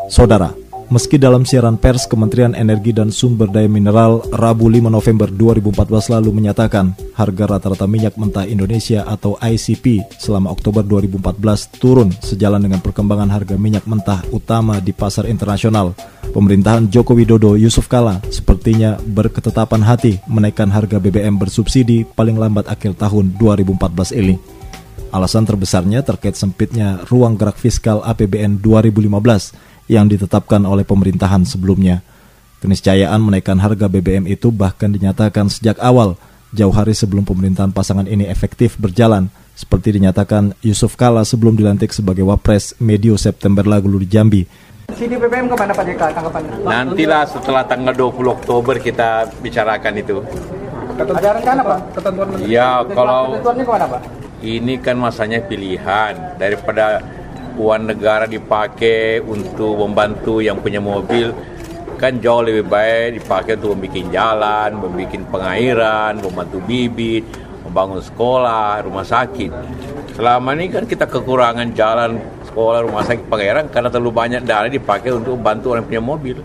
Saudara, meski dalam siaran pers Kementerian Energi dan Sumber Daya Mineral Rabu 5 November 2014 lalu menyatakan harga rata-rata minyak mentah Indonesia atau ICP selama Oktober 2014 turun sejalan dengan perkembangan harga minyak mentah utama di pasar internasional, pemerintahan Joko Widodo Yusuf Kala sepertinya berketetapan hati menaikkan harga BBM bersubsidi paling lambat akhir tahun 2014 ini. Alasan terbesarnya terkait sempitnya ruang gerak fiskal APBN 2015 yang ditetapkan oleh pemerintahan sebelumnya. Keniscayaan menaikkan harga BBM itu bahkan dinyatakan sejak awal, jauh hari sebelum pemerintahan pasangan ini efektif berjalan, seperti dinyatakan Yusuf Kala sebelum dilantik sebagai Wapres medio September lalu di Jambi. Sini BBM kemana Pak JK tanggapannya? Nantilah setelah tanggal 20 Oktober kita bicarakan itu. Ada rencana Pak? Ketentuan menteri? Ya, kalau ketentuannya kemana Pak? ini kan masanya pilihan daripada uang negara dipakai untuk membantu yang punya mobil, kan jauh lebih baik dipakai untuk membuat jalan, membuat pengairan, membantu bibit, membangun sekolah, rumah sakit. Selama ini kan kita kekurangan jalan, sekolah, rumah sakit, pengairan karena terlalu banyak dana dipakai untuk membantu orang punya mobil.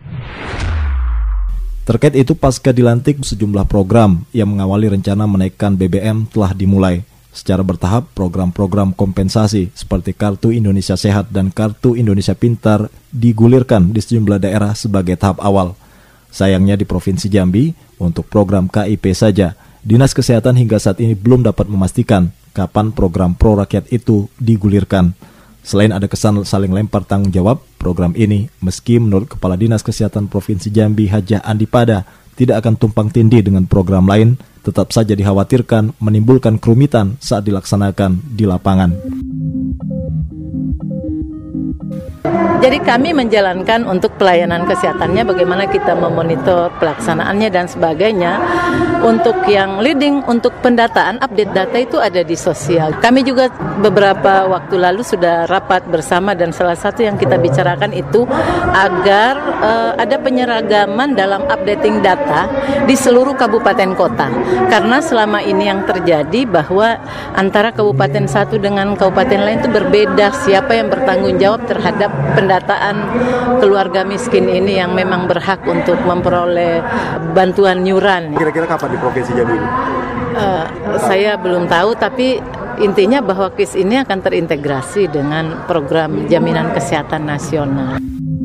Terkait itu, pasca dilantik, sejumlah program yang mengawali rencana menaikkan BBM telah dimulai. Secara bertahap, program-program kompensasi seperti Kartu Indonesia Sehat dan Kartu Indonesia Pintar digulirkan di sejumlah daerah sebagai tahap awal. Sayangnya di Provinsi Jambi, untuk program KIP saja, Dinas Kesehatan hingga saat ini belum dapat memastikan kapan program pro rakyat itu digulirkan. Selain ada kesan saling lempar tanggung jawab, program ini, meski menurut Kepala Dinas Kesehatan Provinsi Jambi Hajah Andi Pada, tidak akan tumpang tindih dengan program lain, tetap saja dikhawatirkan menimbulkan kerumitan saat dilaksanakan di lapangan. Jadi kami menjalankan untuk pelayanan kesehatannya, bagaimana kita memonitor pelaksanaannya dan sebagainya. Untuk yang leading, untuk pendataan, update data itu ada di sosial. Kami juga beberapa waktu lalu sudah rapat bersama dan salah satu yang kita bicarakan itu agar ada penyeragaman dalam updating data di seluruh kabupaten kota. Karena selama ini yang terjadi bahwa antara kabupaten satu dengan kabupaten lain itu berbeda siapa yang bertanggung jawab terhadap pendataan keluarga miskin ini yang memang berhak untuk memperoleh bantuan iuran. Kira-kira kapan di Provinsi Jambi ini? Saya belum tahu, tapi intinya bahwa KIS ini akan terintegrasi dengan program jaminan kesehatan nasional.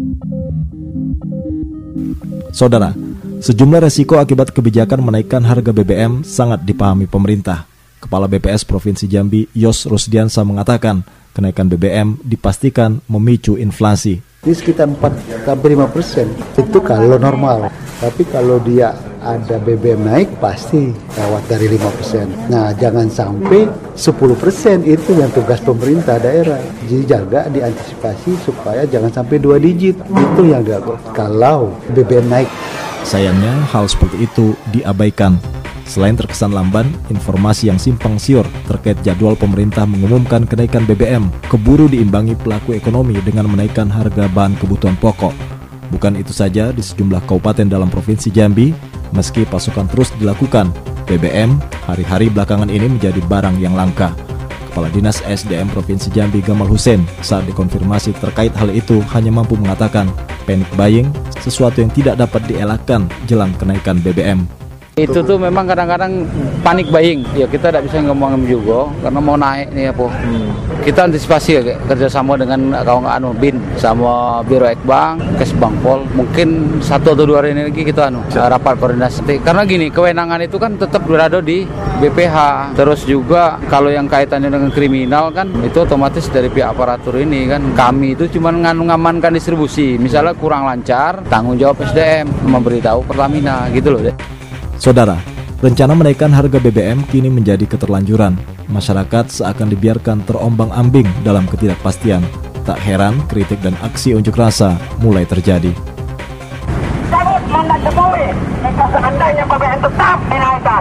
Saudara, sejumlah resiko akibat kebijakan menaikkan harga BBM sangat dipahami pemerintah. Kepala BPS Provinsi Jambi, Yos Rusdiansa mengatakan, kenaikan BBM dipastikan memicu inflasi. Ini sekitar 4-5% itu kalau normal. Tapi kalau dia ada BBM naik pasti lewat dari 5%. Nah, jangan sampai 10%, itu yang tugas pemerintah daerah. Jadi jaga, diantisipasi supaya jangan sampai 2 digit. Itu yang dilakukan kalau BBM naik. Sayangnya hal seperti itu diabaikan. Selain terkesan lamban, informasi yang simpang siur terkait jadwal pemerintah mengumumkan kenaikan BBM keburu diimbangi pelaku ekonomi dengan menaikkan harga bahan kebutuhan pokok. Bukan itu saja, di sejumlah kabupaten dalam Provinsi Jambi, meski pasokan terus dilakukan, BBM hari-hari belakangan ini menjadi barang yang langka. Kepala Dinas SDM Provinsi Jambi Gamal Hussein saat dikonfirmasi terkait hal itu hanya mampu mengatakan panic buying, sesuatu yang tidak dapat dielakkan jelang kenaikan BBM. Itu tuh memang kadang-kadang panik buying. Ya kita tidak bisa ngomong juga karena mau naik nih apa. Kita antisipasi ya, kerjasama dengan kawan BIN sama Biro Ekbank, Kesbangpol. Mungkin 1 atau 2 hari ini lagi kita rapat koordinasi. Karena gini, kewenangan itu kan tetap berada di BPH. Terus juga kalau yang kaitannya dengan kriminal kan itu otomatis dari pihak aparatur ini kan. Kami itu cuma ngamankan distribusi. Misalnya kurang lancar, tanggung jawab SDM memberitahu Pertamina gitu loh deh. Saudara, rencana menaikkan harga BBM kini menjadi keterlanjuran. Masyarakat seakan dibiarkan terombang-ambing dalam ketidakpastian. Tak heran kritik dan aksi unjuk rasa mulai terjadi. Cabut mandat Jokowi jika seandainya BBM tetap dinaikkan.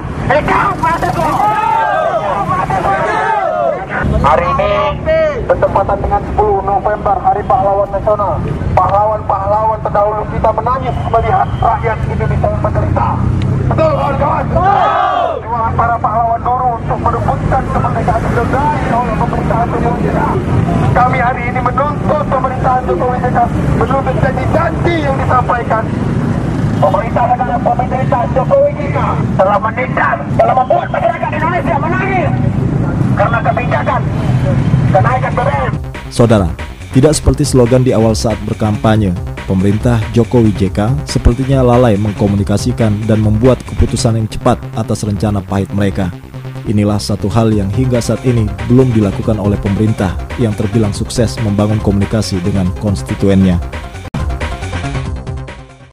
Hari ini bertepatan dengan 10 November, Hari Pahlawan Nasional. Pahlawan-pahlawan terdahulu kita menangis melihat rakyat Indonesia yang menderita. Betul kawan-kawan? Perjuangan para pahlawan dulu untuk merebutkan kemerdekaan Indonesia oleh pemerintahan Indonesia. Kami hari ini menuntut pemerintah pemerintahan Jokowi JK belum menjadi janji yang disampaikan. Pemerintah negara pemerintah Jokowi JK telah menindas, telah membuat masyarakat Indonesia menangis karena kebijakan kenaikan BBM. Saudara, tidak seperti slogan di awal saat berkampanye, pemerintah Jokowi JK sepertinya lalai mengkomunikasikan dan membuat keputusan yang cepat atas rencana pahit mereka. Inilah satu hal yang hingga saat ini belum dilakukan oleh pemerintah yang terbilang sukses membangun komunikasi dengan konstituennya.